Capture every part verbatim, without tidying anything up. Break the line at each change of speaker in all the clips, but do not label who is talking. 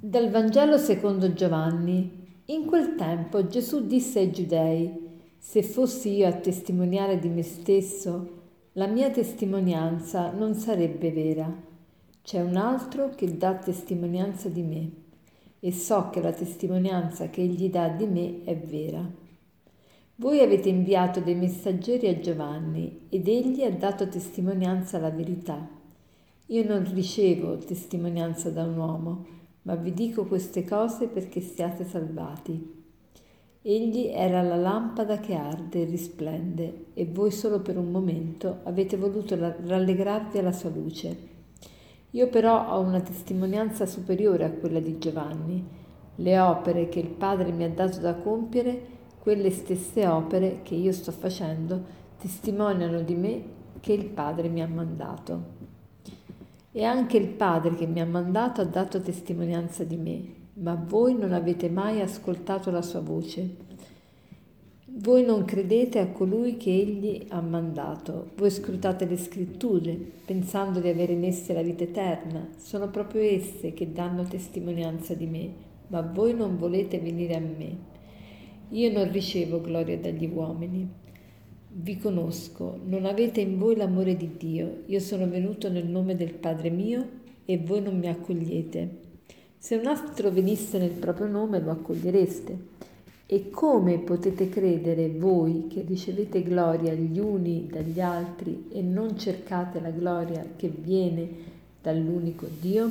Dal Vangelo secondo Giovanni. In quel tempo Gesù disse ai Giudei: se fossi io a testimoniare di me stesso, la mia testimonianza non sarebbe vera. C'è un altro che dà testimonianza di me, e so che la testimonianza che egli dà di me è vera. Voi avete inviato dei messaggeri a Giovanni, ed egli ha dato testimonianza alla verità. Io non ricevo testimonianza da un uomo, ma vi dico queste cose perché siate salvati. Egli era la lampada che arde e risplende, e voi solo per un momento avete voluto rallegrarvi alla sua luce. Io però ho una testimonianza superiore a quella di Giovanni. Le opere che il Padre mi ha dato da compiere, quelle stesse opere che io sto facendo, testimoniano di me che il Padre mi ha mandato. E anche il Padre che mi ha mandato ha dato testimonianza di me, ma voi non avete mai ascoltato la sua voce. Voi non credete a colui che egli ha mandato. Voi scrutate le scritture, pensando di avere in esse la vita eterna. Sono proprio esse che danno testimonianza di me, ma voi non volete venire a me. Io non ricevo gloria dagli uomini. Vi conosco, non avete in voi l'amore di Dio. Io sono venuto nel nome del Padre mio e voi non mi accogliete. Se un altro venisse nel proprio nome lo accogliereste. E come potete credere voi che ricevete gloria gli uni dagli altri e non cercate la gloria che viene dall'unico Dio?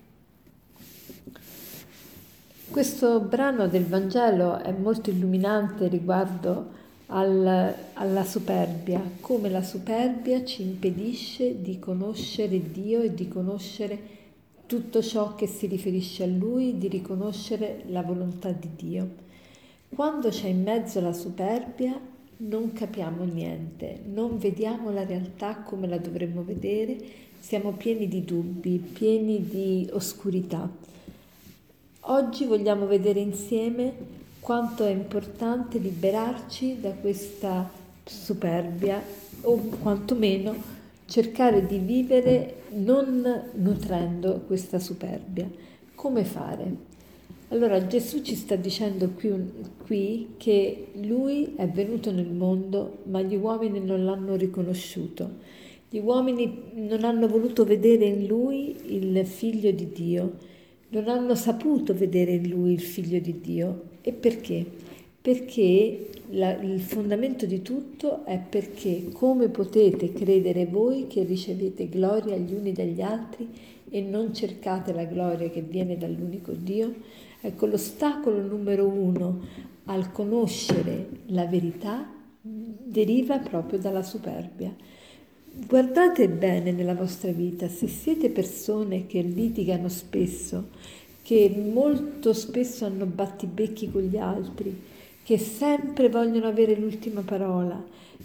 Questo brano del Vangelo è molto illuminante riguardo al, alla superbia, come la superbia ci impedisce di conoscere Dio e di conoscere tutto ciò che si riferisce a Lui, di riconoscere la volontà di Dio. Quando c'è in mezzo la superbia non capiamo niente, non vediamo la realtà come la dovremmo vedere, siamo pieni di dubbi, pieni di oscurità. Oggi vogliamo vedere insieme quanto è importante liberarci da questa superbia o quantomeno cercare di vivere non nutrendo questa superbia. Come fare? Allora Gesù ci sta dicendo qui, qui che Lui è venuto nel mondo, ma gli uomini non l'hanno riconosciuto. Gli uomini non hanno voluto vedere in Lui il Figlio di Dio, non hanno saputo vedere in Lui il Figlio di Dio. E perché? Perché la, il fondamento di tutto è perché come potete credere voi che ricevete gloria gli uni dagli altri e non cercate la gloria che viene dall'unico Dio? Ecco, l'ostacolo numero uno al conoscere la verità deriva proprio dalla superbia. Guardate bene nella vostra vita, se siete persone che litigano spesso, che molto spesso hanno battibecchi con gli altri, che sempre vogliono avere l'ultima parola,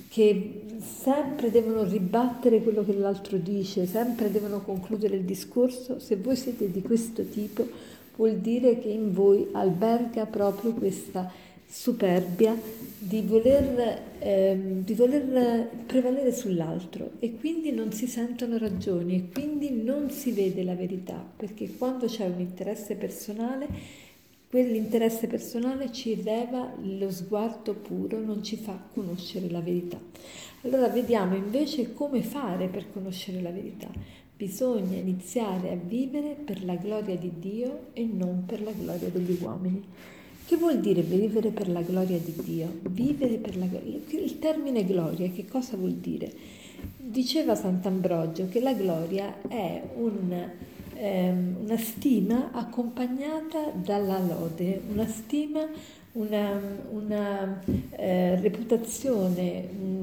che sempre devono ribattere quello che l'altro dice, sempre devono concludere il discorso, se voi siete di questo tipo, vuol dire che in voi alberga proprio questa superbia di voler, ehm, di voler prevalere sull'altro e quindi non si sentono ragioni e quindi non si vede la verità, perché quando c'è un interesse personale, quell'interesse personale ci leva lo sguardo puro, non ci fa conoscere la verità. Allora vediamo invece come fare per conoscere la verità. Bisogna iniziare a vivere per la gloria di Dio e non per la gloria degli uomini. Che vuol dire vivere per la gloria di Dio? Vivere per la gloria. Il termine gloria che cosa vuol dire? Diceva Sant'Ambrogio che la gloria è un, ehm, una stima accompagnata dalla lode, una stima, una, una eh, reputazione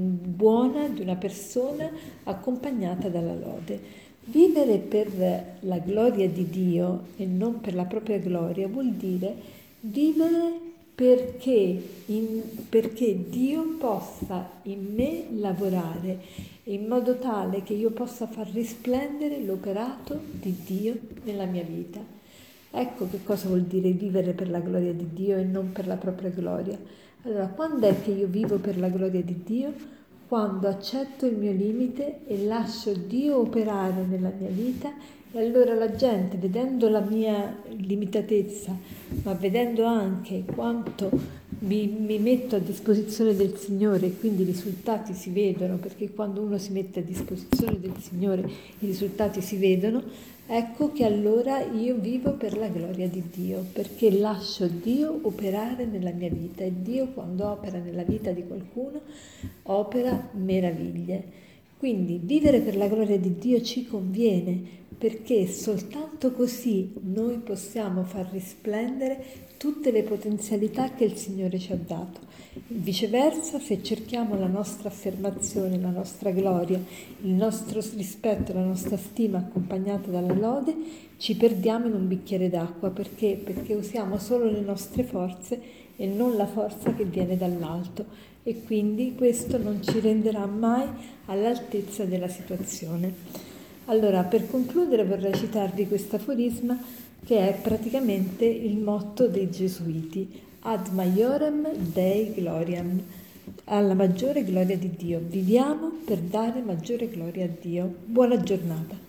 buona di una persona accompagnata dalla lode. Vivere per la gloria di Dio e non per la propria gloria vuol dire vivere perché, in, perché Dio possa in me lavorare in modo tale che io possa far risplendere l'operato di Dio nella mia vita. Ecco che cosa vuol dire vivere per la gloria di Dio e non per la propria gloria. Allora, quando è che io vivo per la gloria di Dio? Quando accetto il mio limite e lascio Dio operare nella mia vita, e allora la gente, vedendo la mia, limitatezza, ma vedendo anche quanto mi, mi metto a disposizione del Signore e quindi i risultati si vedono, perché quando uno si mette a disposizione del Signore i risultati si vedono, ecco che allora io vivo per la gloria di Dio, perché lascio Dio operare nella mia vita e Dio quando opera nella vita di qualcuno opera meraviglie. Quindi vivere per la gloria di Dio ci conviene, perché soltanto così noi possiamo far risplendere tutte le potenzialità che il Signore ci ha dato. Viceversa, se cerchiamo la nostra affermazione, la nostra gloria, il nostro rispetto, la nostra stima accompagnata dalla lode, ci perdiamo in un bicchiere d'acqua. Perché? Perché usiamo solo le nostre forze e non la forza che viene dall'alto, e quindi questo non ci renderà mai all'altezza della situazione. Allora, per concludere vorrei citarvi questo aforisma che è praticamente il motto dei Gesuiti: ad maiorem Dei gloriam, alla maggiore gloria di Dio. Viviamo per dare maggiore gloria a Dio. Buona giornata.